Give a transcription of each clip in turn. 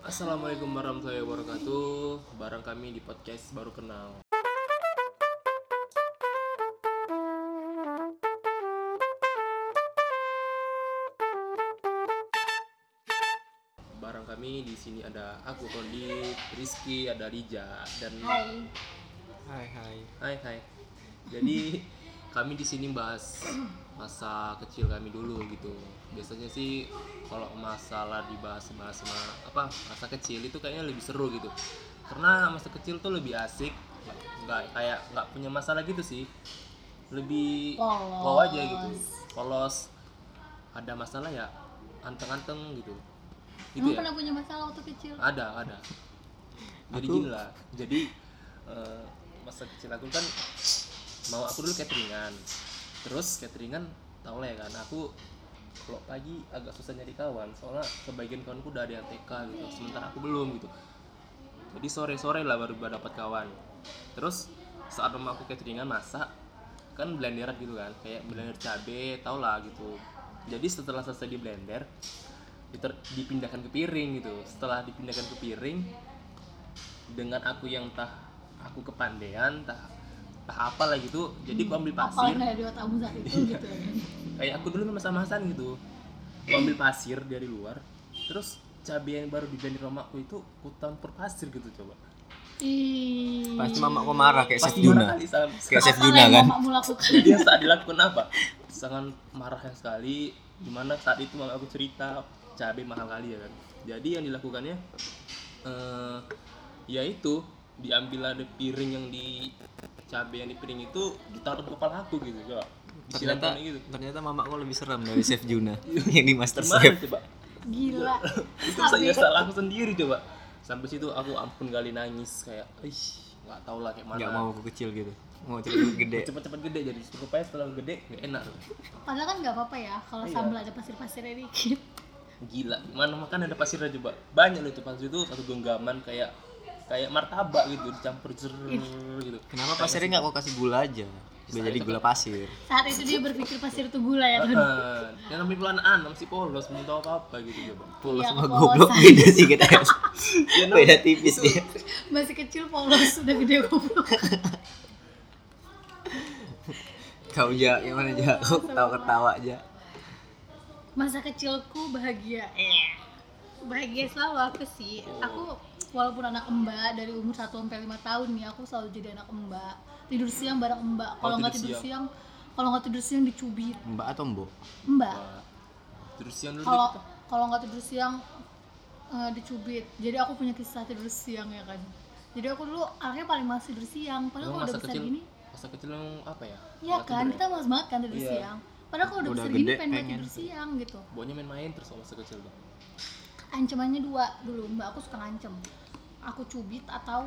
Assalamualaikum warahmatullahi wabarakatuh. Bareng kami di podcast Baru Kenal. Bareng kami di sini ada aku Kondi, Rizky, ada Rija dan Hai. Hai. Jadi kami di sini bahas masa kecil kami dulu gitu. Biasanya sih kalau masalah dibahas masa kecil itu kayaknya lebih seru gitu. Karena masa kecil tuh lebih asik, nggak punya masalah gitu sih. Lebih wow aja gitu. Polos. Ada masalah ya anteng-anteng gitu. Gitu Emang ya? pernah punya masalah waktu kecil? Ada. Jadi gini lah. Jadi masa kecil aku kan aku dulu cateringan. Terus cateringan tau lah ya kan, aku kalau pagi agak susah nyari kawan soalnya sebagian kawanku udah ada yang TK gitu, sementara aku belum gitu. Jadi sore-sore lah baru dapat kawan. Terus saat mama aku cateringan masak kan blenderan gitu kan, kayak blender cabe tau lah gitu. Jadi setelah selesai di blender dipindahkan ke piring gitu. Setelah dipindahkan ke piring, dengan aku yang aku kepandean apa lah gitu, jadi aku ambil pasir. Apa di otakmu saat itu gitu ya? Kayak aku dulu masa-masan gitu, aku ambil pasir dari luar, terus cabai yang baru di blender mamaku itu aku tampur pasir gitu coba. Pasti mamaku marah kayak Chef Pasti Juna. marah kali, Kayak Chef Apa Juna yang kan. mamamu lakukan? jadi yang saat dilakukan apa, sangat marahnya sekali, dimana saat itu mama aku cerita cabai mahal kali ya kan. Jadi yang dilakukannya ya itu diambil ada piring yang di cabai yang di piring itu ditaruh di kepala aku gitu coba. Ternyata mamaku lebih seram dari Chef Juna yang di Master Gimana Chef. coba? Gila. Itu saya salah aku sendiri coba. Sampai situ aku ampun kali nangis kayak, nggak tahu lah kayak mana. Nggak mau aku kecil gitu. Mau cepet gede. Cepet-cepet gede, jadi supaya setelah gede nggak enak. Padahal kan nggak apa-apa ya kalau Iya. sambal ada pasir-pasirnya dikit. Gila, mana makan ada pasirnya coba. Banyak loh itu pasir itu, satu genggaman kayak martabak gitu dicampur gitu. Kenapa pasirnya nggak kau kasih gula aja? Udah jadi gula pasir. Saat itu dia berpikir pasir itu gula ya kan? Yang namanya pelan masih polos, belum tahu apa gitu coba. Polos Iya, sama kepolosan. goblok beda sih kita. Ya, Beda tipis dia. Masih kecil polos, udah gede goblok. Kau aja gimana aja? Kau ketawa aja. Masa kecilku bahagia. Bahagia selalu aku sih. Aku walaupun anak mbak dari umur 1 sampai 5 tahun nih, aku selalu jadi anak mbak. Tidur siang bareng mbak. Kalau nggak tidur siang dicubit. Mbak atau mbok? Mbak. Terus yang dulu Kalau kita kalau nggak tidur siang dicubit. Jadi aku punya kisah tidur siang ya kan. Jadi aku dulu anaknya paling males tidur siang. Padahal kalau udah besar gini, masa kecil yang apa ya? ya kan kita males banget kan tidur Iya. siang. Padahal kalau udah Udah besar gini gede, pengen pengen. tidur siang gitu. Pokoknya main-main terus sama masa kecil tuh. Ancamannya 2 dulu, mbak aku suka ngancem. Aku cubit atau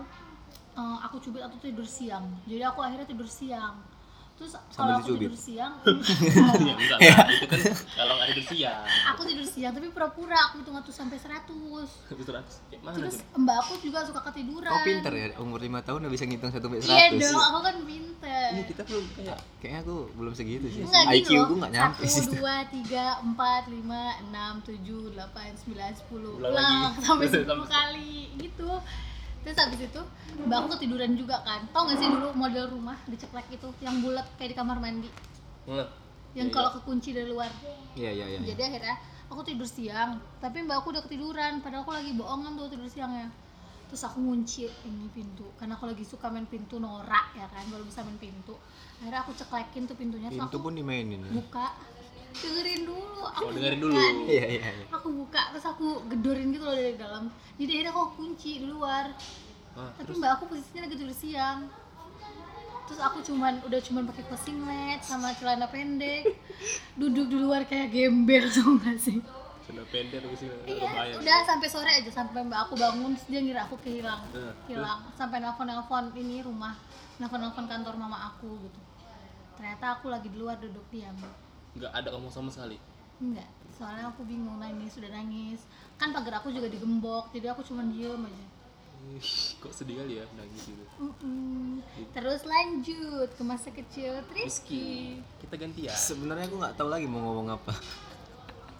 tidur siang. Jadi aku akhirnya tidur siang. Terus kalau aku dicubit? tidur siang, Ya enggak lah, itu kan kalau nggak tidur siang. aku tidur siang tapi pura-pura aku hitung satu sampai 100. Kayak mana Terus coba? mbak aku juga suka ketiduran. Kau pinter ya, umur 5 tahun udah bisa ngitung 1 sampai 100. Iya dong, aku kan pinter. Ini kita belum kayak Kayaknya aku belum segitu sih. Enggak IQ gini loh. gue nggak nyampe 1, situ. 2, 3, 4, 5, 6, 7, 8, 9, 10. Ulang Ulang lagi. sampai 10 Sampai- kali gitu. Terus habis itu mbak aku ketiduran juga kan. Tau gak sih dulu model rumah diceklek itu yang bulat kayak di kamar mandi, yang kalau kekunci dari luar. Iya. Jadi akhirnya aku tidur siang, tapi mbak aku udah ketiduran. Padahal aku lagi bohongan tuh tidur siangnya. Terus aku ngunci ini pintu, karena aku lagi suka main pintu norak ya kan, baru bisa main pintu. Akhirnya aku ceklekin tuh pintunya, terus Pintu aku pun dimainin ya. buka. Dengerin dulu, aku dengerin buka dulu. nih. Iya. Aku buka, terus aku gedorin gitu loh dari dalam. Jadi akhirnya aku kunci di luar. Tapi terus mbak aku posisinya lagi tidur siang. Terus aku udah cuman pakai kaos singlet sama celana pendek, duduk di luar kayak gembel tau gak sih? sudah pendek terus sih Iya, bahaya. udah sampai sore aja, sampai mbak aku bangun terus dia ngira aku hilang, sampai nelfon nelfon kantor mama aku gitu. Ternyata aku lagi di luar duduk diam. Nggak ada ngomong sama sekali. Enggak, soalnya aku bingung, sudah nangis. Kan pagar aku juga digembok, jadi aku cuma diem aja. Kok sedih kali ya nangis gitu. Terus lanjut ke masa kecil Rizky, Rizky. kita ganti ya. Sebenarnya aku nggak tahu lagi mau ngomong apa.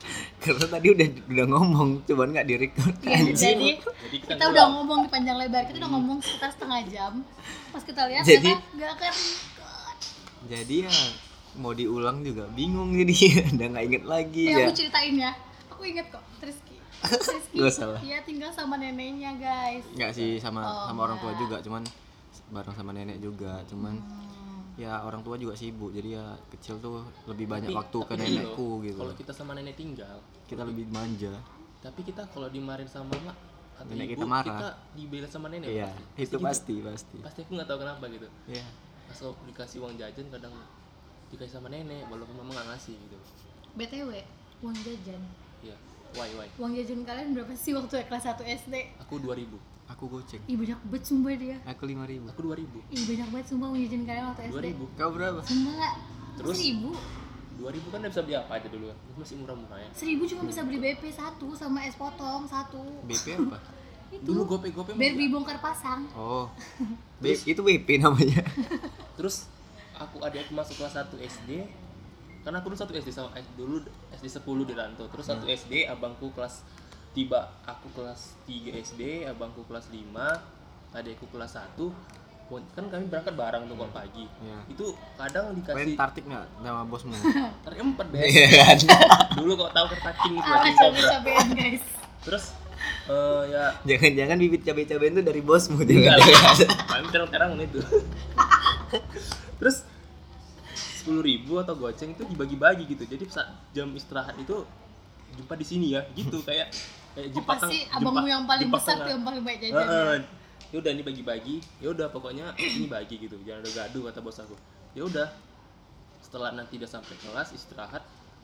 Karena tadi udah ngomong, cuman nggak direkod. Ya, jadi Jadi kita udah ngomong di panjang lebar, kita udah ngomong sekitar setengah jam. Pas kita lihat Jadi- ternyata nggak akan record. Jadi ya mau diulang juga bingung jadi udah nggak inget lagi ya. Aku ceritain ya, aku inget kok Rizky. Nggak salah. Dia tinggal sama neneknya guys. Nggak sih sama Oh, orang tua enggak. juga, cuman bareng sama nenek juga, cuman ya orang tua juga sibuk jadi ya kecil tuh lebih banyak waktu ke gini nenekku loh, gitu. kalau kita sama nenek tinggal, Kita lebih manja. tapi kita kalau dimarahin sama mak atau Nenek ibu, kita marah. kita dibela sama nenek. Iya, itu gitu. pasti. Pasti aku nggak tahu kenapa gitu. Iya. Pas aku dikasih uang jajan kadang dikasih sama nenek walaupun mama nggak ngasih gitu. BTW, uang jajan. Iya. Why? Uang jajan kalian berapa sih waktu kelas 1 SD? Aku 2000. Aku goceng. Ih banyak banget sumpah dia. Aku 5.000. Aku 2000. Ih banyak banget sumpah uang jajan kalian waktu SD. 2000. Kau berapa? Sumpah nggak? Terus? 1000. 2000 kan udah bisa beli apa aja dulu kan. Masih murah-murah ya. 1000 cuma bisa beli BP 1 sama es potong 1. BP apa? Itu. Dulu gope-gope Barbie bongkar pasang. Oh. Itu BP namanya. Terus adik aku masuk kelas 1 SD. Karena aku dulu 1 SD sama dulu SD 10 di Ranto. Terus 1 SD abangku kelas aku kelas 3 SD, abangku kelas 5, adikku kelas 1. Kan kami berangkat bareng tuh kalau pagi. Iya. Itu kadang Main dikasih tartik nggak sama bosmu? tarik 4 deh. Iya kan? Dulu kok tahu kertakin itu Ah, lagi cobra. cabe-cabean guys. Terus ya Jangan-jangan bibit cabai-cabai itu dari bosmu enggak jangan. lah. Kami terang-terang itu. Terus 10.000 atau goceng itu dibagi-bagi gitu. Jadi saat jam istirahat itu jumpa di sini ya, gitu kayak jembatan. Pasti abangmu yang paling besar tuh yang paling baik jajan. Ya udah ini bagi-bagi. Ya udah pokoknya ini bagi gitu. Jangan ada gaduh kata bos aku. Ya udah. Setelah nanti udah sampai kelas istirahat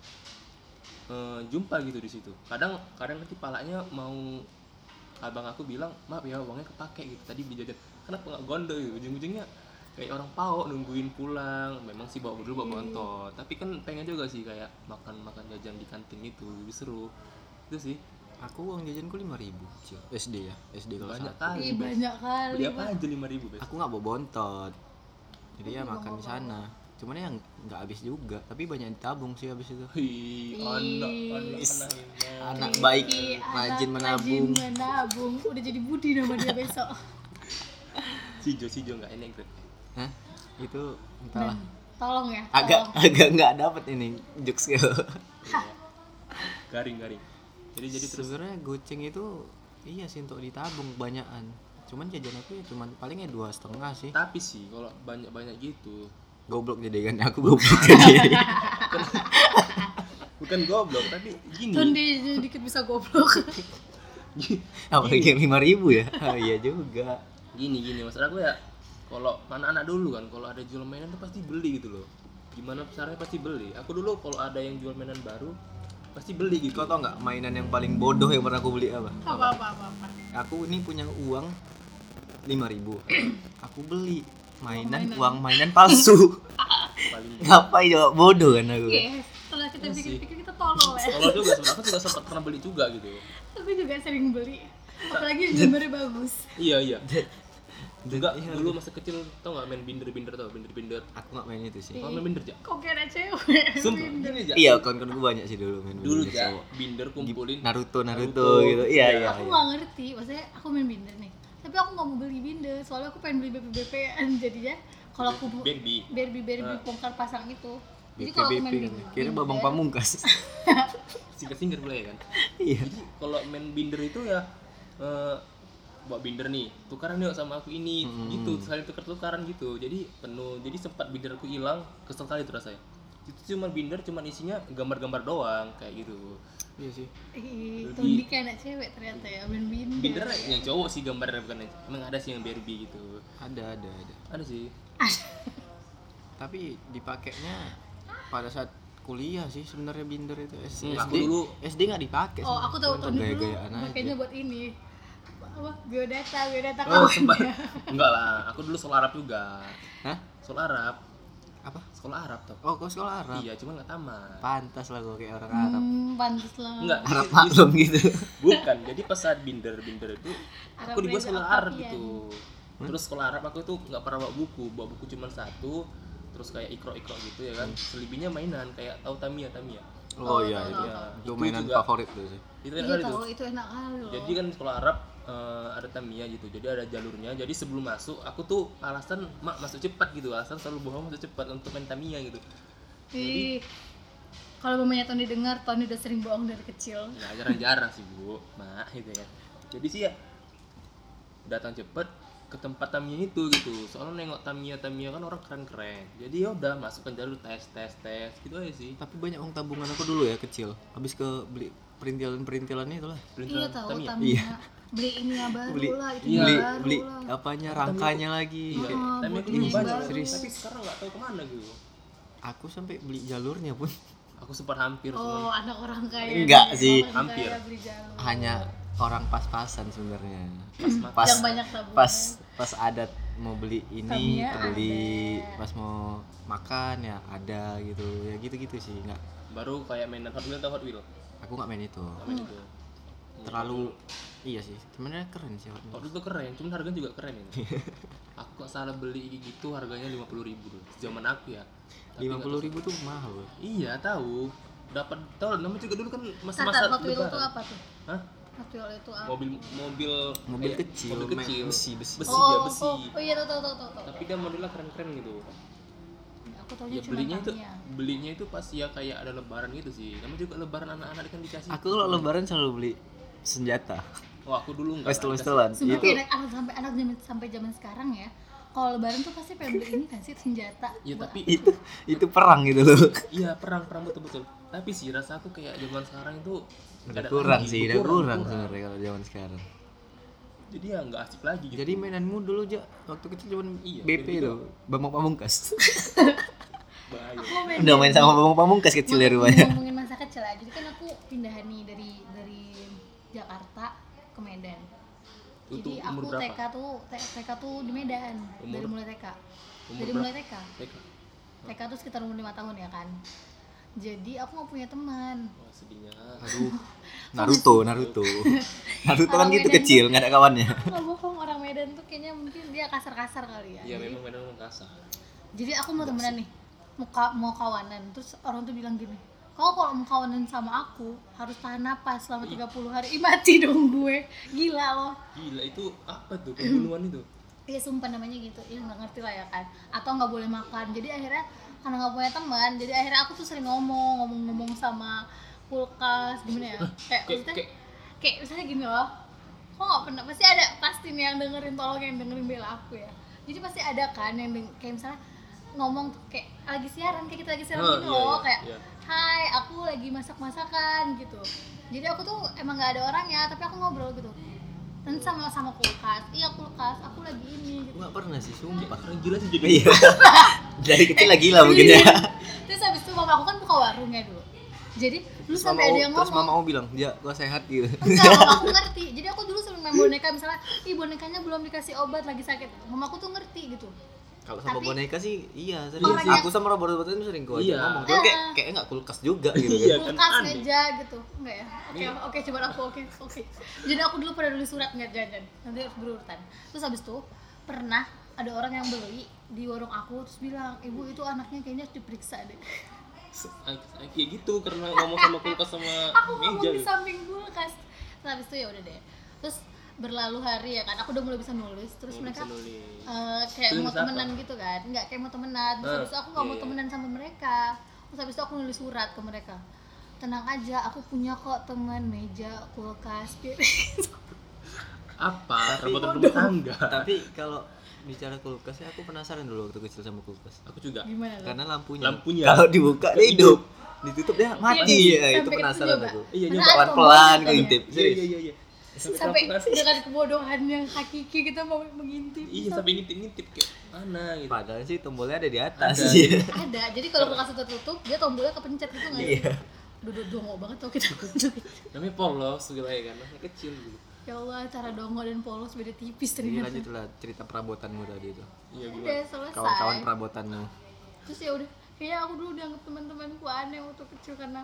jumpa gitu di situ. Kadang nanti palanya mau abang aku bilang, "Maaf ya, uangnya kepake gitu. Tadi beli jajan." Kenapa enggak gondol gitu? Ujung-ujungnya kayak orang pau nungguin pulang. Memang sih bawa bontot, tapi kan pengen juga sih kayak makan jajan di kantin itu lebih seru. Itu sih Aku uang jajanku 5.000 Cil. SD ya, SD kelas banyak 1. kali. Ih Bes. banyak kali. Beli apa Pak. aja 5.000 Bes. Aku nggak bawa bontot. Jadi ya makan di sana. Cuman ya nggak habis juga, tapi banyak ditabung sih habis itu. Hi, Anak baik, Ih, rajin anak menabung. Rajin menabung. Udah jadi Budi nama dia besok. Sijo enggak enak gitu. Hah? Itu entahlah. Tolong ya. Agak nggak dapet ini jokes gue. Garing. Jadi terus Sebenarnya goceng itu iya sih untuk ditabung kebanyakan. Cuman jajan aku ya cuman palingnya 2,5 sih. tapi sih kalau banyak gitu Goblok jadi kan aku goblok jadi. bukan goblok tapi gini. Tuh dia dikit bisa goblok. Apalagi yang 5.000 ya. Ah, iya juga. gini maksud aku ya kalau anak-anak dulu kan kalau ada jual mainan tuh pasti beli gitu loh. Gimana caranya pasti beli. Aku dulu kalau ada yang jual mainan baru pasti beli gitu. Kau tau nggak mainan yang paling bodoh yang pernah aku beli apa? Apa. Aku ini punya uang 5.000. Aku beli Mainan. uang mainan palsu. Paling Ngapain coba bodoh kan aku. Yes. Setelah kita Iya sih. pikir-pikir kita tolol ya. kalau juga sebenarnya aku juga sempat pernah beli juga gitu. Aku juga sering beli. Apalagi gambarnya bagus. Iya. Juga Iya. dulu masa kecil tau nggak main binder tau binder. Aku nggak main itu sih. Kalau main binder ja. Kok kira cewek? Sumpah gini ja. Iya, kawan-kawan gue banyak sih dulu main Dulu binder ja cowok. binder kumpulin Naruto Naruto. gitu. Iya. Aku nggak ngerti, maksudnya aku main binder nih. Tapi aku nggak mau beli binder, soalnya aku pengen beli BP-BP-an jadinya. Kalau aku Barbie. Barbie Ah. bongkar pasang itu. Jadi kalau aku main BP binder, kira Babang Pamungkas. Singkat boleh kan. Iya. Jadi kalau main binder itu ya bawa binder nih tukaran yuk sama aku ini gitu saling tukaran gitu jadi penuh jadi sempat binderku hilang kesel kali itu rasanya itu cuma binder cuma isinya gambar-gambar doang kayak gitu. Iya sih. Ih, Lebih- Tondi kayak anak cewek ternyata ya main binder. Binder yang cowok sih gambarnya bukan emang ada sih yang Barbie gitu Ada sih. Tapi dipakainya pada saat kuliah sih sebenarnya binder itu. Aku dulu- SD nggak dipakai. Oh, aku tahu Cuma Tondi dulu gaya-gayaan aja. makanya buat ini. Apa? Biodata Oh kawan. sempat enggak lah aku dulu sekolah Arab juga. Hah? Sekolah Arab Apa? sekolah Arab tuh. Oh, kau sekolah Arab. Iya cuma nggak tamat. Pantas lah gue kayak orang Arab. Pantes lah. Enggak Arab maklum gitu. bukan jadi pas saat binder itu Arab aku dibuat beda sekolah apa Arab pian? gitu. Terus sekolah Arab aku tuh nggak pernah bawa buku cuma satu terus kayak ikro gitu ya kan selebihnya mainan kayak tahu Tamiya Oh iya tahu, itu. tahu. Itu Itu mainan juga- favorit tuh sih. Itu Iya enak kali tahu, tuh. itu enak kali loh. Jadi kan sekolah Arab ada Tamiya gitu, jadi ada jalurnya. Jadi sebelum masuk, aku tuh alasan mak masuk cepat gitu, alasan selalu bohong masuk cepat untuk main Tamiya gitu. Ih, kalau mamanya Tony dengar, Tony udah sering bohong dari kecil. Ya jarang-jarang sih bu, mak gitu ya. Jadi sih ya datang cepet ke tempat Tamiya itu gitu. Soalnya nengok Tamiya kan orang keren-keren. Jadi ya udah masukkan jalur tes gitu aja sih. Tapi banyak uang tabungan aku dulu ya kecil. Habis ke beli perintilan-perintilannya itulah. Iya Pelintiran tahu Tamiya. Tamiya. Iya. Beli ini ya baru Beli- lah, itu iya, yang beli baru beli lah. apanya rangkanya lagi. Iya, Oh, Tamiya buat aku ini juga banyak. baru. Serius. Tapi sekarang nggak tahu kemana gitu. Aku sampai beli jalurnya pun Aku sempat hampir Oh, cuman anak orang kaya. Enggak nih, sih, orang hampir. kaya beli jalur. hanya orang pas-pasan sebenarnya. makan. Pas Yang banyak tabungan. pas ada mau beli ini Tamiya beli, ada. pas mau makan ya ada gitu. Ya gitu-gitu sih, enggak. Baru kayak mainan Hot Wheels atau Hot Wheels. Aku nggak main itu. Nggak main itu. Terlalu iya sih. Sebenarnya keren sih. Hot Hot Wheels. Wheels tuh keren, cuman harganya juga keren ini. Aku kok salah beli gitu harganya 50.000 dulu. Zaman aku ya. Tapi nggak tahu 50.000 tuh mahal loh. Iya tahu. Dapat tahu namanya juga dulu kan Kata masa-masa Hot Wheels itu lebaran. apa tuh? Hah? Hot Wheels itu apa? Mobil kecil, mobil kecil. besi. Besi oh, dia besi. oh iya tahu. Tapi dia modelnya keren-keren gitu. Aku taunya Ya cuma Tamiya. belinya itu pas ya kayak ada lebaran gitu sih. Namanya juga lebaran anak-anak kan dikasih. Aku kalau lebaran selalu beli senjata. Oh, aku dulu enggak. Pistol-pistolan. Sumpah Itu kayak anak sampai zaman sekarang ya. Kalau lebaran tuh pasti pengen beli ini kan sih senjata. Ya Buat tapi itu perang gitu loh. iya perang betul. Tapi sih rasa aku kayak zaman sekarang itu Udah ada kurang lagi, sih, udah kurang sebenarnya kalau zaman sekarang. Jadi ya nggak asik lagi gitu. Jadi mainanmu dulu aja waktu kecil cuman Iya, BP gitu. loh, Bambang Pamungkas. bahaya. Aku main Udah main sama Bambang Pamungkas kecil dari rumahnya. ngomongin masa kecil aja. Jadi kan aku pindahan nih dari Jakarta ke Medan. Itu Jadi umur aku berapa? TK tuh di Medan. Umur? Dari mulai TK. Umur Dari berapa? mulai TK. TK. TK tuh sekitar umur 5 tahun ya kan. Jadi aku gak punya teman. Wah, sedihnya. Aduh. Naruto kan Orang gitu Medan kecil, nggak ada kawannya. Nggak bohong, orang Medan tuh kayaknya mungkin dia kasar-kasar kali ya. Iya Jadi- memang memang kasar. Jadi aku mau temenan nih, mau kawanan. Terus orang tuh bilang gini, kau kalau mau kawanan sama aku harus tahan napas selama 30 hari. Ih mati dong gue, gila loh. Gila itu apa tuh pembunuhan itu? Iya sumpah namanya gitu, ya nggak ngerti lah ya kan. Atau nggak boleh makan. Jadi akhirnya karena nggak punya teman, jadi akhirnya aku tuh sering ngomong sama kulkas gimana ya? Kayak misalnya gini loh. Kok nggak pernah, pasti nih yang dengerin, tolong yang dengerin bela aku ya. Jadi pasti ada kan yang kayak misalnya ngomong kayak lagi siaran, kayak kita lagi siaran Oh, gitu iya, loh, iya, kayak iya. hai aku lagi masak-masakan gitu. Jadi aku tuh emang nggak ada orangnya, tapi aku ngobrol gitu. Dan sama kulkas, iya kulkas, aku lagi ini gitu. Aku nggak pernah sih, sumpah. Orang gila sih jadi. Iya. Dari kecil lagi lah mungkin ya. Terus habis itu mama aku kan buka warung ya dulu. Jadi dulu Terus sampai ada yang terus ngomong, mama bilang, "Ya, gua sehat gitu." enggak, mama aku ngerti. Jadi aku dulu sering main boneka misalnya, ih bonekanya belum dikasih obat lagi sakit. Mama aku tuh ngerti gitu. Kalau sama Tapi- boneka sih iya serius. Orangnya- Aku sama robot-robot itu sering gua Iya. ngomong. Cuman kayak enggak kulkas juga gitu. Iya. Kan. kan Kulkas, aneh. meja gitu. Enggak ya? Oke, coba aku oke. Jadi aku dulu pernah nulis surat nggak jajan. Nanti harus berurutan. Terus habis itu pernah ada orang yang beli di warung aku terus bilang, "Ibu itu anaknya kayaknya harus diperiksa deh." Kayak gitu karena ngomong sama kulkas sama Aku ngomong meja. di samping kulkas. Terus habis itu ya udah deh. Terus berlalu hari ya kan, aku udah mulai bisa nulis. Terus Oh, mereka bisa nulis. kayak Tulis mau apa? temenan gitu kan, nggak kayak mau temenan. Terus habis itu aku nggak iya, mau iya. temenan sama mereka. Terus habis itu aku nulis surat ke mereka, tenang aja, aku punya kok teman, meja, kulkas, piring. Apa? Robot rumah tangga. Tapi kalau bicara kulkas ya aku penasaran dulu waktu kecil sama kulkas. Aku juga. Gimana tuh? Karena lampunya. Lampunya. Kalau dibuka dia hidup. Ditutup dia mati. Iya, Ya, itu sampai penasaran itu aku. Iya, Karena iya. ada Pelan-pelan tombol ngintip. Iya Serius. iya. sampai aku dengan kebodohan yang hakiki kita mau mengintip. iya sampai ngintip kayak mana gitu. Padahal sih tombolnya ada di atas. Ada. Iya. Ada, jadi kalau kulkas itu tertutup, dia tombolnya kepencet gitu nggak sih? Iya. Duduk dongo banget tuh kita. Namanya polos gitu lah ya kan. Masih kecil dulu. Ya Allah, cara dongo dan polos beda tipis Jadi ternyata. lanjutlah cerita perabotanmu tadi itu. Iya Udah gimana? selesai. Kawan-kawan perabotanmu. Terus ya udah, kayaknya aku dulu dianggap teman-temanku aneh waktu kecil karena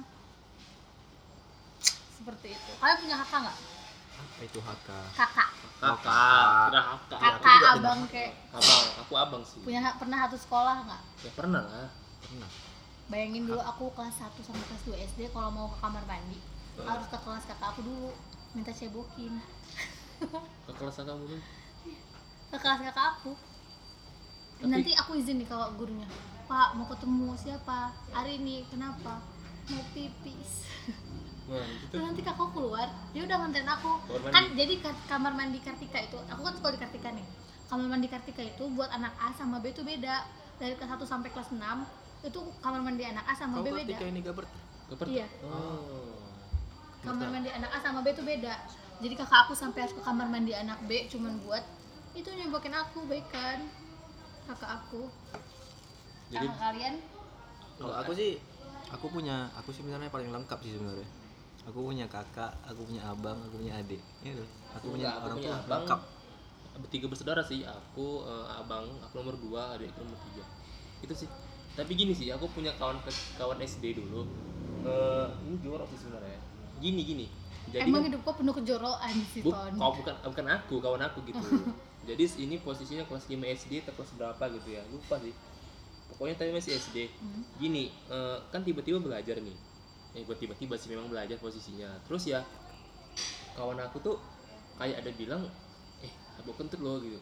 seperti itu. Kalian punya kakak nggak? Apa itu HK? Kakak, Kakak, kira kakak. kakak, abang kayak Abang, aku abang sih. pernah satu sekolah nggak? Ya pernah lah. Pernah. Bayangin dulu aku kelas 1 sampai kelas 2 SD kalau mau ke kamar mandi harus ke kelas kakak aku dulu minta cebokin. Ke kelas kamu tuh. Ke kelas kakak aku. Nanti aku izin nih kalau gurunya, Pak mau ketemu siapa hari ini, kenapa? Mau pipis. Wah, gitu. Terus nanti kakak keluar, dia udah nganterin aku. Kamar Kan mandi. jadi kamar mandi Kartika itu, aku kan sekolah di Kartika nih. Kamar mandi Kartika itu buat anak A sama B itu beda. Dari kelas 1 sampai kelas 6 itu kamar mandi anak A sama B Kau beda. ketika ini Gabert? Gapert? Iya. Oh. Kamar mandi anak A sama B itu beda. Jadi kakak aku sampai harus ke kamar mandi anak B cuman buat itu nyebokin aku, baik kan? Kakak aku. Jadi Kakak kalian Kalau aku sih sebenarnya paling lengkap sih sebenarnya. Aku punya kakak, aku punya abang, aku punya adik. Itu. Aku punya Enggak, aku orang punya tua abang. lengkap. Bertiga bersaudara sih. Aku abang, aku nomor 2, adikku nomor 3. Itu sih. Tapi gini sih, aku punya kawan SD dulu. Ini jorok sih sebenarnya. Gini. Jadi emang kan, hidup kok penuh kejorokan sih, Ton. bukan aku, kawan aku gitu. Jadi ini posisinya kelas 5 SD atau kelas berapa gitu ya, lupa sih. Pokoknya tapi masih SD. Gini, kan tiba-tiba belajar nih. Buat tiba-tiba sih memang belajar posisinya. Terus ya kawan aku tuh kayak ada bilang, aku kentut loh gitu.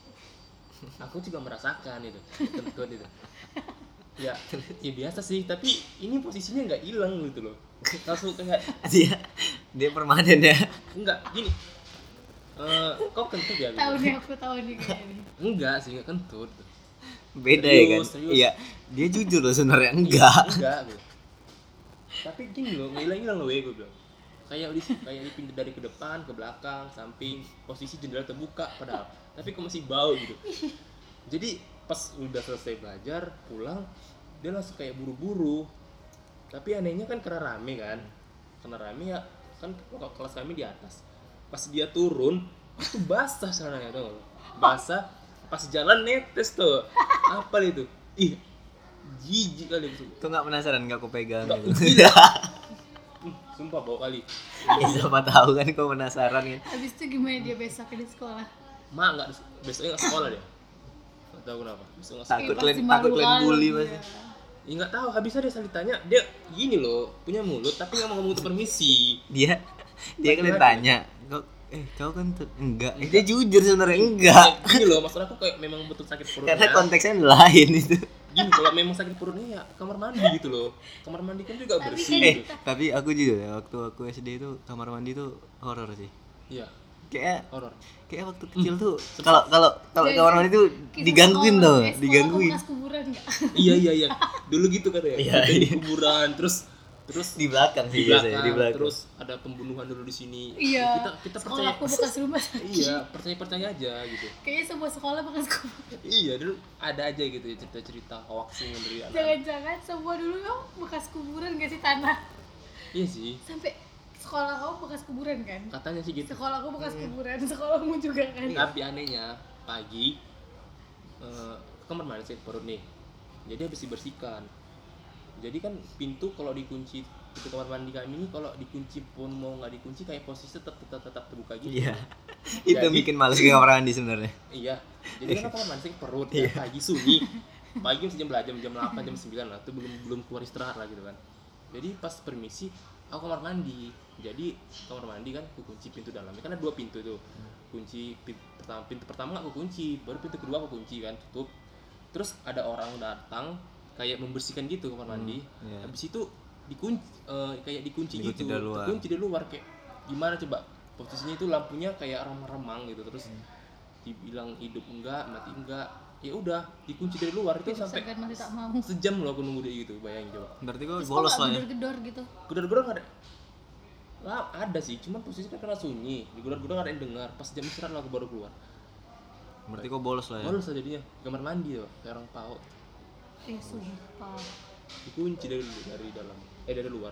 Aku juga merasakan itu, kentut itu. Ya biasa sih, tapi ini posisinya nggak hilang gitu loh. Langsung kayak Dia permanen ya. enggak gini. Kok kentut ya? Gitu. Tahu nih kayaknya. Enggak sih, enggak kentut. Beda ya kan? Serius. Iya, dia jujur loh sebenarnya enggak. Enggak gitu. Tapi gini loh, ngilang loh gue bilang. Kayak dipindah dari ke depan, ke belakang, samping, posisi jendela terbuka padahal. Tapi kok masih bau gitu. Jadi pas udah selesai belajar, pulang, dia langsung kayak buru-buru. Tapi anehnya kan karena rame kan. Karena rame ya, kan kelas kami di atas. Pas dia turun, itu basah sananya tau gak lo? Basah, pas jalan netes tuh. Apa itu? Ih, jijik kali itu. Kau nggak penasaran nggak aku pegang Nggak, gitu? gila. Sumpah bau kali. Ya, siapa tahu kan kau penasaran kan? Habis itu gimana dia besoknya di sekolah? Mak nggak, besoknya nggak sekolah dia. Nggak tahu kenapa. Besok nggak sekolah. Takut Pasti kalian malu kali bully dia. pasti. Ya nggak tahu. Habisnya dia saling tanya, dia gini loh, punya mulut tapi nggak mau ngomong untuk permisi. Dia kalian Laki-laki. tanya, kau kan tuh enggak. Dia jujur sebenarnya enggak. Gini loh, maksud aku kayak memang betul sakit perutnya. Karena konteksnya lain itu. Gini, kalau memang sakit perutnya ya kamar mandi gitu loh. Kamar mandi kan juga Tapi bersih kan- gitu. Tapi aku jujur ya, waktu aku SD itu kamar mandi tuh horor sih. Iya, Kayak horor. waktu kecil tuh kalau Jadi, kamar mandi tuh Kisah digangguin sekolah, tuh, sekolah digangguin. bekas kuburan nggak? Iya. Dulu gitu kan ya. Iya, Ada di iya. kuburan, terus Di belakang sih biasanya, di belakang. terus ada pembunuhan dulu di sini. Iya. Kita percaya. Sekolahku bekas rumah sakit. Iya, percaya aja gitu. Kayaknya sebuah sekolah bekas kuburan. Iya, dulu ada aja gitu ya cerita-cerita hoax yang dari anak. Jangan-jangan semua dulu bekas kuburan gak sih tanah? Iya sih, Sampai sekolah kamu bekas kuburan kan? katanya sih gitu. Sekolahku bekas kuburan, sekolahmu juga kan? Tapi anehnya pagi kamar mandi saya perut nih. Jadi habis dibersihkan. Jadi kan pintu kalau dikunci itu kamar mandi kami ini kalau dikunci pun mau nggak dikunci kayak posisi tetap terbuka gitu. Iya. Itu Jadi- bikin males ke kamar mandi sebenarnya. Iya. Jadi kan kamar mandi saya perut ya, pagi sunyi. Pagi masih jam belajar jam 8 jam 9 lah. Itu belum keluar istirahat lah gitu kan. Jadi pas permisi aku kamar mandi. Jadi kamar mandi kan aku kunci pintu dalamnya. Kan ada 2 pintu tuh. Kunci pintu pertama nggak aku kunci, baru pintu kedua aku kunci kan, tutup. Terus ada orang datang kayak membersihkan gitu kamar mandi. iya. Habis itu kayak dikunci Dikunci gitu. dari luar. Dikunci dari luar kayak gimana coba? Posisinya itu lampunya kayak remang-remang gitu. Terus dibilang hidup enggak, mati enggak. Ya udah, dikunci dari luar itu sampai Segan masih tak mau. sejam loh aku nunggu dia gitu, bayangin coba. Berarti kau Terus kok bolos nggak lah ya. gedor-gedor gitu? Gedor-gedor nggak ada. Lah ada sih, cuman posisinya kan karena sunyi. Di gedor-gedor nggak ada yang dengar. Pas jam istirahat lah aku baru keluar. Berarti kau bolos lah ya. Baru saja jadinya kamar mandi tuh, kayak orang PAUD. Sumpah. Dikunci dari dalam, dari luar.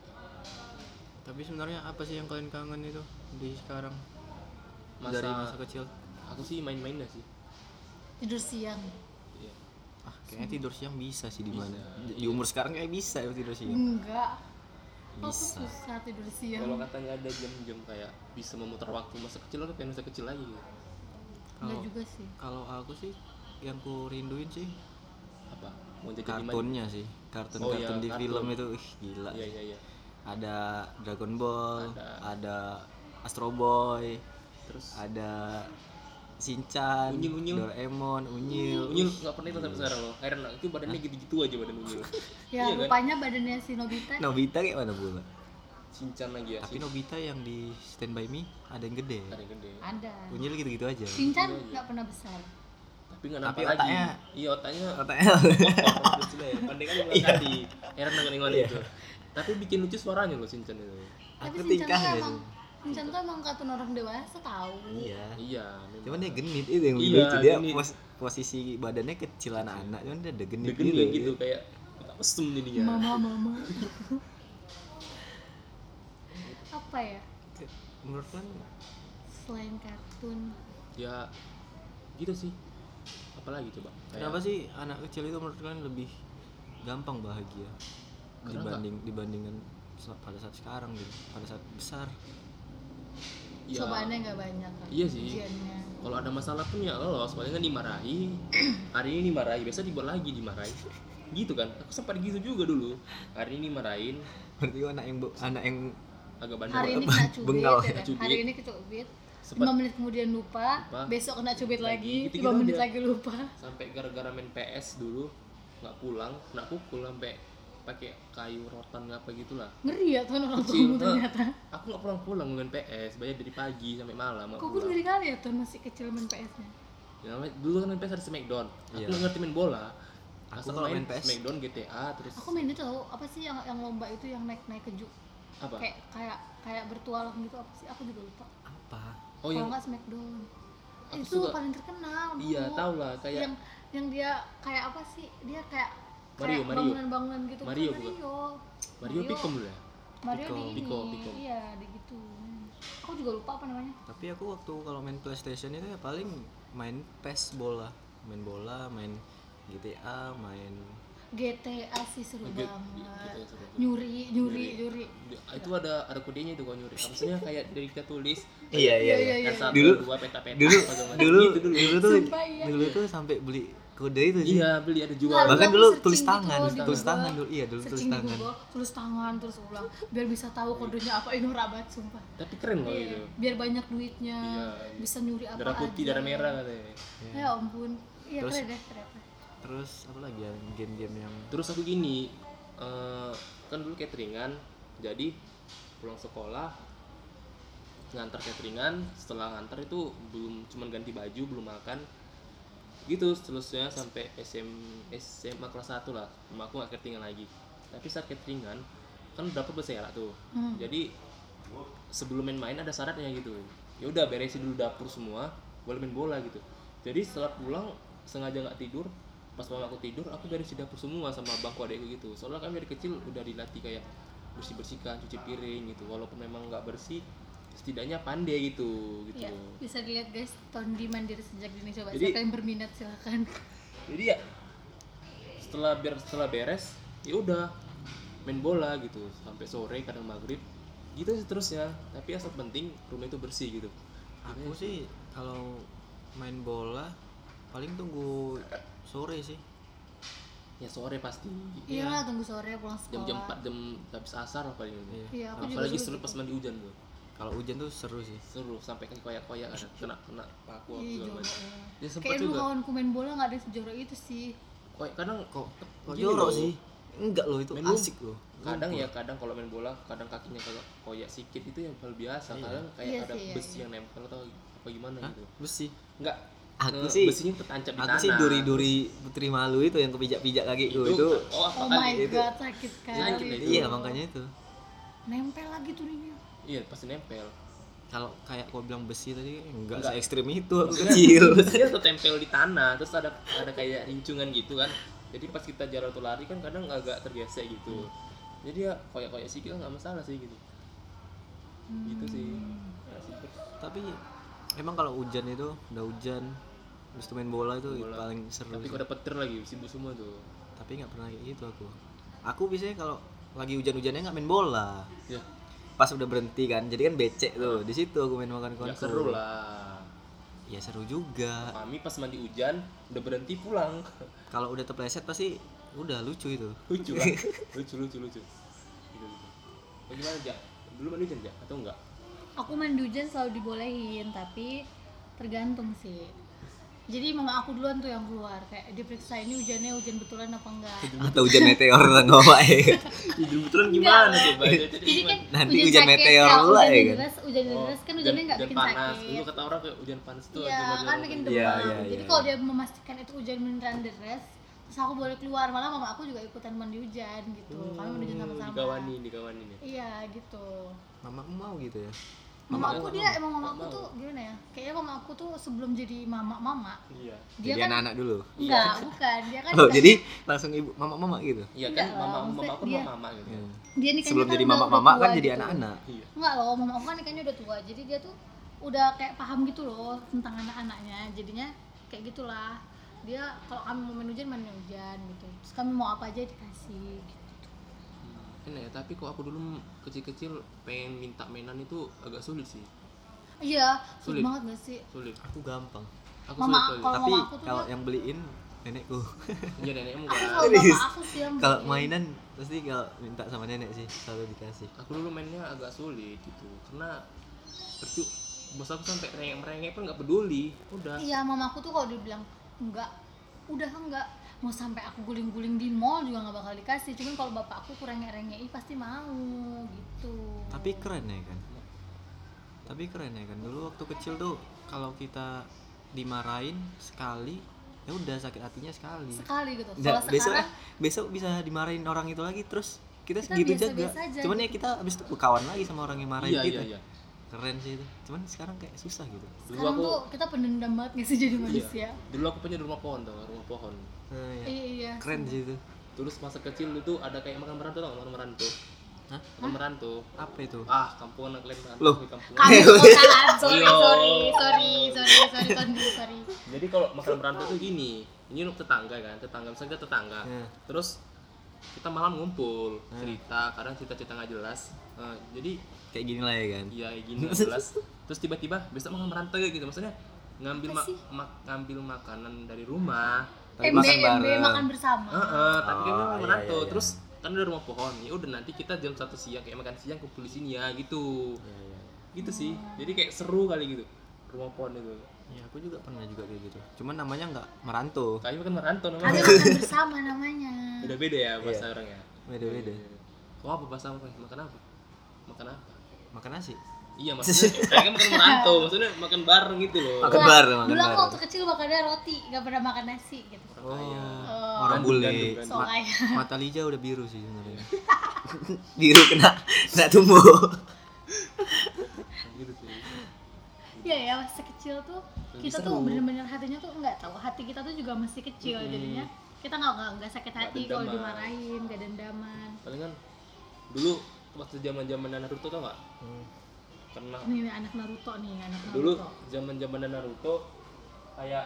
Tapi sebenarnya apa sih yang kalian kangen itu di sekarang? Dari masa kecil. Aku sih main-mainnya sih. Tidur siang. Iya. Kayaknya tidur siang bisa sih di mana. Bisa. Di umur sekarang kayak bisa ya tidur siang. Enggak. Aku Bisa. susah tidur siang. Kalau katanya ada jam-jam kayak bisa memutar waktu masa kecil, aku pengen masa kecil lagi gitu. Enggak Kalau juga sih. kalau aku sih yang ku rinduin sih Apa? Mau jadi mana? kartunnya sih. kartun-kartun di kartun. film itu gila. Iya. Ada Dragon Ball, ada Astro Boy, Terus ada Shinchan, Unyil. Doraemon, Unyil. Unyil nggak pernah itu sampai sekarang loh. Heran lah, itu badannya gitu-gitu aja badan Unyil. Ya, Iya kan? rupanya badannya si Nobita. Nobita kayak mana pula? Shinchan lagi ya. Tapi Nobita yang di Stand By Me ada yang gede. Ada yang gede. Ada. Unyil gitu-gitu aja. Shinchan nggak pernah besar. Tapi nggak Tapi nampak lagi. otaknya- Iya otaknya. Otaknya Pandai kan bilang tadi. Heran dengan itu. Tapi bikin lucu suaranya loh Shinchan itu. Tapi aku Shinchan tuh tingkahnya emang sih. Shinchan tuh emang kartun orang dewasa tahu. Iya. Iya. memang. Cuman dia genit itu yang Iya, lucu. Dia genit. posisi badannya kecil anak-anak, cuman dia ada genit Degen gitu. gitu kayak mesum jadinya. Mama. Apa ya? Menurut kan Selain kartun. Ya gitu sih. Apalagi coba? kenapa sih anak kecil itu menurut kalian lebih gampang bahagia Karena dibandingkan pada saat sekarang gitu, pada saat besar? Ya, Cobaannya nggak banyak kan. Iya sih. Ujiannya. kalau ada masalah pun ya lolos, paling kan dimarahi. Hari ini dimarahi, besok dibuat lagi dimarahi. Gitu kan? Aku sempat gitu juga dulu. Hari ini dimarahin, Berarti anak yang agak bandel. Hari ini kena cubit, Bengal, ya kan? cubit. Hari ini kecubit. Sempat- 5 menit kemudian lupa, Lupa. besok kena cubit lagi, Gitu-gitu 5 menit aja. lagi lupa. Sampai gara-gara main PS dulu nggak pulang, kena pukul sampai pakai kayu rotan apa gitulah. Ngeri ya tuan orang Kecil, tuamu ternyata. Aku nggak pulang main PS, banyak dari pagi sampai malam. nggak Kok pun pulang. ngeri kali ya tuan masih kecil main PS-nya. Ya, namanya- dulu kan main PS ada Smackdown. Aku Iya. nggak ngerti main bola. Aku Asal kalau main main PS, Smackdown, GTA, terus Aku main itu tau, apa sih yang lomba itu yang naik keju. apa? Kayak bertualang gitu apa sih? Aku juga lupa. apa? Oh Kalau yang nggak Smackdown. Aku Itu suka- paling terkenal dulu. iya tahu lah kayak yang dia kayak apa sih? Dia kayak Mario. bangunan-bangunan gitu. Mario Bukan bukan? Mario Picom dulu ya. Mario Pico. di ini. Pico. Iya, di gitu. Aku juga lupa apa namanya. Tapi aku waktu kalau main PlayStation itu ya paling main PES bola, main GTA, main GTA sih seru Get- banget. GTA seru. Nyuri. Itu ada kodenya itu kalau nyuri. Maksudnya kayak dari kita tulis Iya. Iya. R1, Dulu- 2 peta-peta dulu apa segala macam. dulu Gitu dulu. tuh Sumpah, iya. dulu tuh sampai beli kode itu sih. Iya, beli ada jual. Nggak, Bahkan aku dulu searching tulis gitu tangan, loh di tulis Google. tangan dulu. Iya, dulu tulis Searching di tangan. Google, tulis tangan terus ulang biar bisa tahu kodenya apa. Ini rabat sumpah. Tapi keren loh Iya, itu. biar banyak duitnya. Iya. Bisa nyuri apa Darah putih, aja. darah merah katanya. Ya ampun. Iya Terus- keren deh ternyata. Terus apa lagi ya game-game yang Terus aku gini, kan dulu cateringan, jadi pulang sekolah ngantar cateringan, setelah ngantar itu belum cuman ganti baju, belum makan, gitu seterusnya sampai SMA kelas 1 lah, sama aku nggak cateringan lagi. Tapi saat cateringan kan dapur berselerak tuh, jadi sebelum main-main ada syaratnya gitu. Ya udah beresin dulu dapur semua, boleh main bola gitu. Jadi setelah pulang sengaja nggak tidur, pas mama aku tidur aku beresin dapur semua sama bangku adekku gitu. Soalnya kami dari kecil udah dilatih kayak bersihkan, cuci piring gitu. Walaupun memang nggak bersih, setidaknya pandai gitu. Iya, bisa dilihat guys, Tondi mandiri sejak dini. Coba Jadi- siapa yang berminat silakan. Jadi ya setelah beres ya udah main bola gitu sampai sore, kadang maghrib gitu seterusnya. Tapi yang penting rumah itu bersih gitu. aku sih kalau main bola paling tunggu sore sih. Ya sore pasti. Iya lah, tunggu sore pulang sekolah. Jam 4 jam habis asar apa ini. Iya. Iya, aku juga Apalagi dulu seru gitu. pas mandi hujan tuh. Kalau hujan tuh seru sih. Seru sampai kaki koyak-koyak kan kena paku apa Iya, segala jorok. macam. Ya sempat Kayak dulu juga. kawanku main bola nggak ada sejorok itu sih. Koyak kadang Kok gini jorok loh. sih? Enggak loh, itu Main asik loh. Kadang ya kadang kalau main bola kadang kakinya kalau koyak sedikit itu yang hal biasa. Iya. Kadang kayak Iya ada sih, iya, besi iya. yang nempel atau apa gimana Hah? gitu. Besi. Enggak. Aku sih besinya tertancap di Aku tanah. sih duri-duri Putri Malu itu yang kepijak-pijak kakiku itu. Oh, apa Oh kali my itu? god, sakit Sakit kali. itu. Iya, makanya itu. Nempel lagi durinya. Iya, pasti nempel. Kalau kayak kau bilang besi tadi enggak Enggak. se ekstrim itu, aku kecil. Besinya tuh tempel di tanah, terus ada kayak rincongan gitu kan. Jadi pas kita jalan atau lari kan kadang agak tergesek gitu. Jadi ya koyak-koyak sih kita nggak masalah sih gitu. Gitu sih. Asik. Tapi emang kalau hujan itu udah hujan habis itu main bola itu Bola. paling seru Tapi sih. kalau ada petir lagi sibuk semua tuh. Tapi nggak pernah kayak gitu aku. Aku biasanya kalau lagi hujan-hujannya nggak main bola. Ya, Pas udah berhenti kan, jadi kan becek tuh. Di situ aku main makan ya konco. seru lah. Ya seru juga. Kami pas mandi hujan udah berhenti pulang. Kalau udah terpleset pasti udah lucu itu. Lucu lah. lucu. Gitu. Bagaimana Jak? Dulu main hujan Jak atau enggak? Aku mandi hujan selalu dibolehin, tapi tergantung sih. Jadi mama aku duluan tuh yang keluar, kayak diperiksa ini hujannya hujan betulan apa enggak. Atau hujan meteor nggak apa ya. Hujan betulan gimana coba? Jadi kan Nanti hujan meteor kalau lah, hujan ya kan? deras, hujan deras kan hujannya nggak bikin panas. sakit. Dulu kata orang kayak hujan panas tuh Iya, kan bikin demam. Iya, Jadi iya. kalau dia memastikan itu hujan beneran deras, terus aku boleh keluar, malah mama aku juga ikutan mandi hujan gitu. Kami mandi hujan sama-sama. Dikawani nih. Iya, gitu. Mamaku mau gitu ya. Mama aku mama aku tuh gimana ya? Kayaknya mama aku tuh sebelum jadi mama, Iya. dia Jadi kan anak-anak dulu. enggak, bukan. Dia kan Oh, jadi langsung ibu mama gitu. Iya Enggak kan lah, mama maksudnya aku dia- mama gitu. Ya. dia nikahnya Sebelum kan jadi udah mama tua kan jadi gitu. anak-anak. Iya. Enggak loh, mama aku kan nikahnya udah tua. Jadi dia tuh udah kayak paham gitu loh tentang anak-anaknya. Jadinya kayak gitulah. Dia kalau kami mau main hujan gitu. Terus kami mau apa aja dikasih gitu. Enak ya, tapi kok aku dulu kecil-kecil pengen minta mainan itu agak sulit sih. Iya, sulit Sulit. banget gak sih? Sulit. Aku gampang. Aku Mama- sulit. kalau Tapi mama aku tuh kalau dia- yang beliin nenekku. Iya nenekmu Aku kan. selalu Serius? mama aku sih yang Kalau beliin. mainan pasti kalau minta sama nenek sih selalu dikasih. Aku dulu mainnya agak sulit gitu. Karena bos aku sampai merengek pun nggak peduli. Udah. Iya, mama aku tuh kalau dibilang enggak, udah enggak, mau sampai aku guling-guling di mall juga nggak bakal dikasih. Cuman kalau bapak aku kurang rengek pasti mau gitu. Tapi keren ya kan. Dulu waktu kecil tuh kalau kita dimarahin sekali ya udah sakit hatinya sekali. Sekali gitu. Nggak, Kalau sekarang besok bisa dimarahin orang itu lagi terus kita Kita segitu biasa-biasa jaga. aja Cuman ya gitu. kita abis itu kawan lagi sama orang yang marahin Iya, kita. iya. Keren sih itu. Cuman sekarang kayak susah gitu. sekarang aku- tuh kita pendendam banget gak sih jadi Iya. manusia. Dulu aku punya rumah pohon tuh, rumah pohon. Nah, ya. Iya. Keren sih itu. Terus masa kecil itu ada kayak makan merantau, tau nggak makan merantau? Hah? Makan merantau. Apa itu? Kampungan kalian merantau Loh. di kampungan. Kami bukan. Sorry. Iya. Sorry. Jadi kalau makan merantau tuh gini, ini untuk tetangga kan, misalnya kita tetangga. Ya. Terus kita malam ngumpul, cerita, kadang cerita-cerita nggak jelas. Jadi Kayak gini lah ya kan. ya kayak gini nggak jelas. Terus tiba-tiba besok makan merantau gitu, maksudnya ngambil Apa sih? ngambil makanan dari rumah. Tapi MB makan bareng. makan bersama. Tapi kan Oh, makan iya, merantau. iya. Terus kan ada rumah pohon. Ya udah nanti kita jam 1 siang kayak makan siang kumpul di sini ya gitu. Iya, iya. Gitu sih. Jadi kayak seru kali gitu. Rumah pohon itu. Ya aku juga pernah juga kayak gitu. Cuman namanya nggak merantau. Kayaknya makan merantau Ada namanya. makan bersama namanya. Beda-beda ya bahasa Iya. orangnya. Beda-beda. Oh apa bahasa apa? Makan apa? Makan apa? Makan nasi. Iya maksudnya kayaknya makan merantau, maksudnya makan bareng gitu loh. Makan Lah, bareng, makan dulu aku bareng. waktu kecil makannya roti, gak pernah makan nasi gitu. Orang kaya. Oh, Orang Gandum, bule. gandum. so kaya. Mata Lija udah biru sih sebenarnya. Biru kena tumbuh. Gitu sih. Iya ya, masa kecil tuh Lebih kita seru. tuh bener-bener hatinya tuh nggak tahu, hati kita tuh juga masih kecil, jadinya kita nggak sakit hati kalau dendaman. dimarahin, nggak dendaman. Palingan dulu waktu zaman-zaman Naruto tau nggak? Karena Ini anak Naruto nih, anak Naruto. dulu zaman-zaman Naruto kayak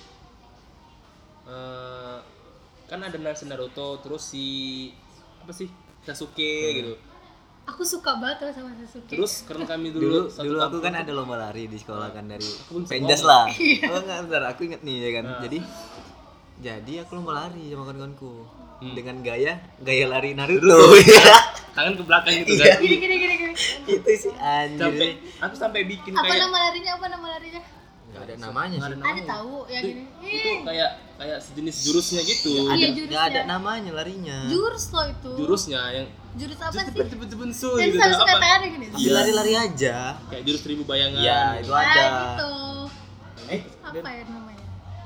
kan ada Naruto terus si apa sih Sasuke gitu. Aku suka banget tuh sama Sasuke. Terus karena kami Dulu satu dulu aku kampung kan tuh- ada lomba lari di sekolah kan dari Aku belum Penjas sekolah. lah. Oh enggak, bentar, aku inget nih ya kan. Nah. Jadi aku lomba lari sama kawan-kawanku dengan gaya lari Dulu. Naruto. tangan ke belakang gitu Iya. kan. Gini. Itu sih anjir. Sampai aku sampai bikin Apa kayak nama larinya? Enggak ada namanya nggak sih. Ada tahu yang itu, gini. itu kayak sejenis jurusnya gitu. Iya, Ada, jurusnya. nggak ada namanya larinya. Jurus loh itu. Jurusnya yang Jurus apa sih? cepet-cepet su Dan gitu. harus Apa? katakan yang gini. Iya, lari-lari aja. Kayak jurus 1000 bayangan. Iya, itu Ah, ada. gitu. Eh, Apa ya namanya?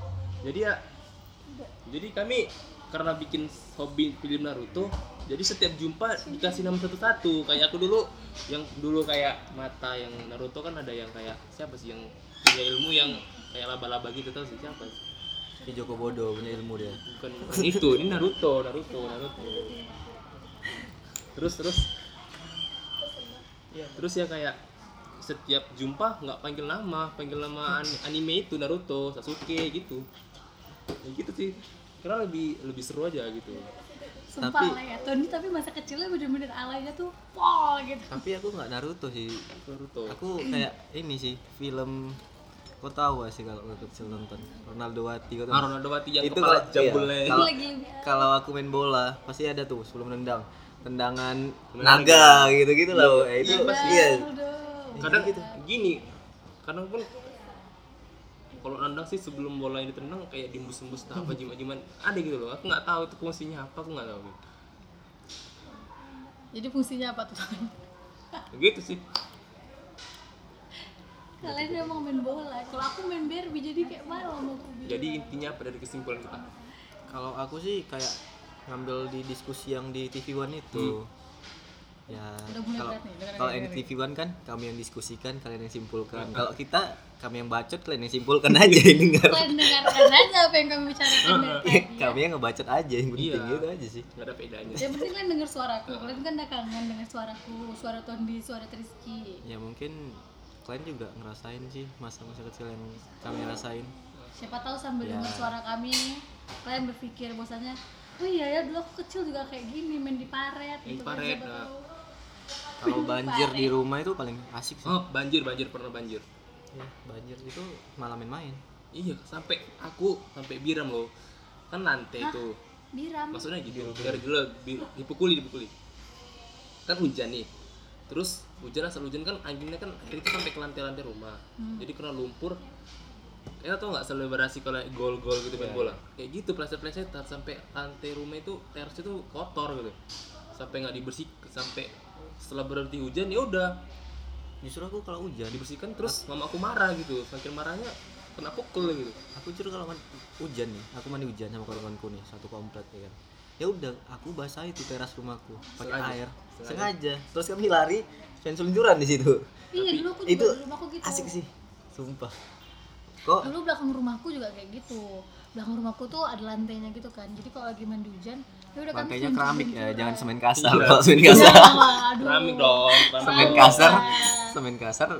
Jadi kami karena bikin hobi film Naruto, jadi setiap jumpa dikasih nama satu-satu. Kayak aku dulu yang dulu kayak mata yang Naruto kan ada yang kayak siapa sih yang punya ilmu yang kayak laba-laba gitu, tau sih siapa? Si Joko Bodo punya ilmu dia. Bukan itu, ini Naruto. Terus ya kayak setiap jumpa nggak panggil nama anime itu Naruto, Sasuke gitu. Ya gitu sih. Karena lebih seru aja gitu. Sumpah Tapi- lah ya, Tony tapi masa kecilnya bener-bener alaynya tuh pol gitu. Tapi aku nggak Naruto sih. Naruto. Aku kayak ini sih film Kau tahu gak sih kalau gue kecil nonton Ronaldo Wati kau tahu? Ronaldo Wati yang Itu kepala kalau- jambulnya. iya, Itu kalau- lagi Kalau aku main bola pasti ada tuh sebelum nendang tendangan Tendangan naga gitu-gitu lah. Itu Iya, pasti. iya. Kadang Gitu. gini, kadang pun kalau nendang sih sebelum bola yang ditendang kayak diembus-embus apa jimat-jimat ada gitu loh. Aku nggak tahu itu fungsinya apa, aku nggak tahu. Jadi fungsinya apa tuh? Gitu sih. Kalian emang main bola. Kalau aku main Barbie jadi kayak malu sama aku. Jadi intinya apa dari kesimpulan kita? Kalau aku sih kayak ngambil di diskusi yang di TV One itu. Ya, Udah mulai kalau berat nih, dengerin, kalau yang di dengerin. TV One kan kami yang diskusikan, kalian yang simpulkan. Kalau kita kami yang bacot, kalian yang simpulkan aja yang dengar. Kalian dengarkan aja apa yang kami bicarakan dari tadi. ya. Kami yang ngebacot aja yang penting Iya. gitu aja sih. Nggak ada bedanya. Yang penting kalian denger suaraku. Kalian kan udah kangen denger suaraku, suara Tondi, suara Triski. Ya mungkin kalian juga ngerasain sih masa-masa kecil yang kami rasain. Siapa tahu sambil Ya. dengar suara kami, kalian berpikir bahwasanya, oh iya ya dulu aku kecil juga kayak gini main di paret. Main di gitu kan, paret, siapa nah. tahu. Kalau banjir di rumah itu paling asik sih. Oh, banjir pernah banjir. Ya, banjir itu malah main-main. Iya, sampai biram loh. Kan lantai Hah? itu. Biram. Maksudnya gitu, biar dulu dipukuli. Kan hujan nih. Terus asal hujan kan anginnya kan akhirnya itu sampai ke lantai-lantai rumah. Jadi kena lumpur. Ya tau nggak selebrasi kalau gol-gol gitu main bola. Kayak gitu pleset-plesetan sampai lantai rumah itu teras itu kotor gitu. Sampai nggak dibersihkan sampai setelah berhenti hujan ya udah Justru aku kalau hujan dibersihkan terus mama aku marah gitu. Saking marahnya kena pukul gitu. aku justru kalau hujan nih, aku mandi hujan sama kawan-kawanku nih, satu komplek ya kan. Ya udah, aku basahi tuh teras rumahku pakai Sengaja? air. Sengaja? Sengaja. Terus kami lari, main seluncuran di situ. Iya dulu aku Itu juga di rumahku gitu. asik sih, sumpah. Kok Dulu belakang rumahku juga kayak gitu. Belakang rumahku tuh ada lantainya gitu kan. Jadi kalau lagi mandi hujan, ya udah kami lantainya keramik ya, seluncur-luncuran. jangan semen kasar. Iya. Kalau semen Jangan kasar, lah, aduh. Keramik dong. semen Iya. kasar, semen kasar,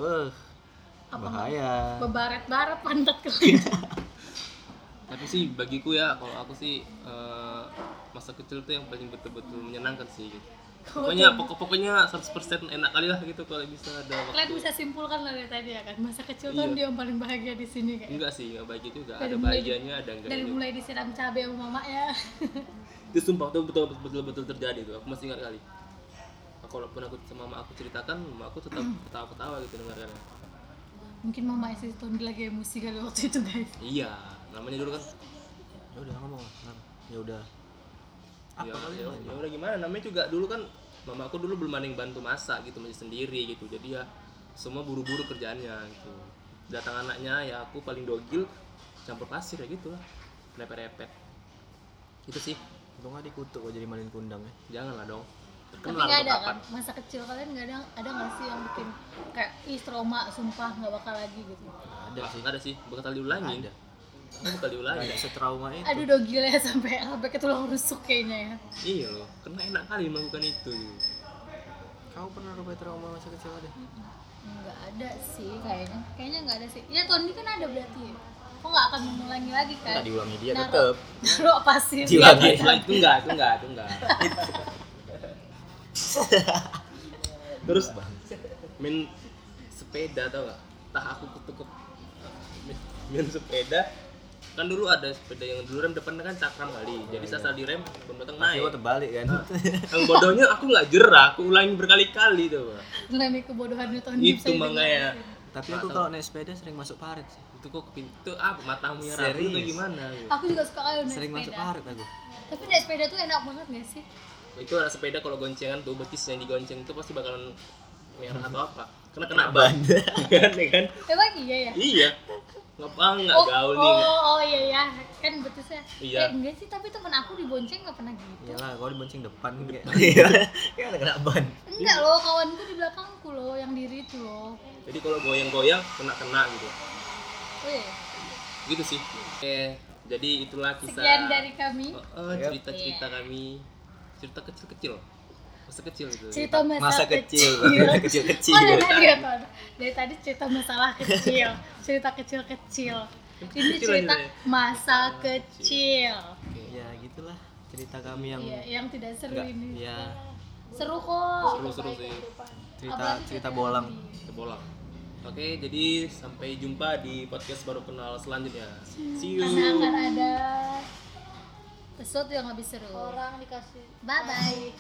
Apa bahaya. Bebaret-baret pantat kalian. Tapi sih bagiku ya kalau aku sih masa kecil tuh yang paling betul-betul menyenangkan sih gitu. Pokoknya 100% enak kali lah gitu kalau bisa ada Kalian waktu. bisa simpulkan lah dari tadi ya kan. Masa kecil Iya. tuh dia yang paling bahagia di sini kayak. Enggak sih, enggak bahagia juga. Dari Ada mulai- bahagianya, ada enggaknya Dari juga. mulai disiram cabai sama mama ya. Itu sumpah tuh betul-betul terjadi tuh. Aku masih ingat kali. Kalaupun aku sama mama aku ceritakan, mama aku tetap ketawa-ketawa gitu dengarkannya. Mungkin mama isi Tondi lagi emosi kali waktu itu guys. Iya, namanya dulu kan. Ya udah ngomong lah. Ya udah. Ya, ya udah gimana? Namanya juga dulu kan mama aku dulu belum ada yang bantu masak gitu, masih sendiri gitu. Jadi ya semua buru-buru kerjaannya gitu. Datang anaknya ya aku paling dogil campur pasir ya gitu lah. Repet-repet. Itu sih. Untung gak dikutuk kok jadi malin kundang ya. Janganlah dong. Tapi Terkenal nggak ada untuk kan kapan. masa kecil kalian nggak ada nggak sih yang bikin kayak ih trauma sumpah nggak bakal lagi gitu. Ada sih. Ada sih, bakal diulangin. Ada. Bakal diulangin. Kayak setrauma itu. Aduh dogil ya sampai ke tulang rusuk kayaknya ya. Iya loh, karena enak kali melakukan itu. Kau pernah rupanya trauma masa kecil ada? Nggak ada sih kayaknya nggak ada sih. Ya Tondi kan ada berarti. Kok nggak akan mengulangi lagi kan? Enggak diulangi dia Naruh- tetep. Naruh pasir. Diulangi. Itu enggak. Terus main sepeda tau gak? Tah aku ketukuk main sepeda kan dulu ada sepeda yang dulu rem depannya kan cakram kali jadi saya salah direm belum Pasti kau naik terbalik kan. yang bodohnya aku nggak jerah aku ulangi berkali-kali tuh Pak. Demi kebodohannya Tondi. Itu makanya Tapi aku kalau naik sepeda sering masuk parit sih. itu kok pintu apa matamu yang rapuh Serius? atau gimana gitu. Aku juga suka kali naik Sering masuk sepeda. parit aku. Tapi naik sepeda tuh enak banget gak sih? Itu ada sepeda kalau goncengan tuh betis yang digonceng itu pasti bakalan merah atau apa karena kena ban kan ya kan Emang iya ya? iya nggak gaul nih Oh iya ya, kan betusnya. Iya. Enggak sih, tapi temen aku dibonceng nggak pernah gitu. Iyalah, kau dibonceng depan kayak. Iya. Kayak ada kena ban. Enggak loh, kawanku di belakangku loh, yang diri itu loh. jadi kalau goyang-goyang kena gitu Oh iya. gitu sih jadi itulah kisah Sekian dari kami. cerita-cerita kami cerita kecil-kecil masa kecil gitu Cerita Masa kecil, kecil-kecil. Oh, dari tadi ya, Ton. Dari tadi cerita masalah kecil, cerita kecil-kecil. Ini Kecil cerita aja deh. masa kecil. Ya gitulah cerita kami yang Iya, yang tidak seru enggak ini. ya Seru kok. seru-seru sih cerita bolang. bolang Oke, jadi sampai jumpa di podcast baru kenal selanjutnya. See you. Karena akan ada sesuatu yang lebih seru. Orang dikasih Bye bye.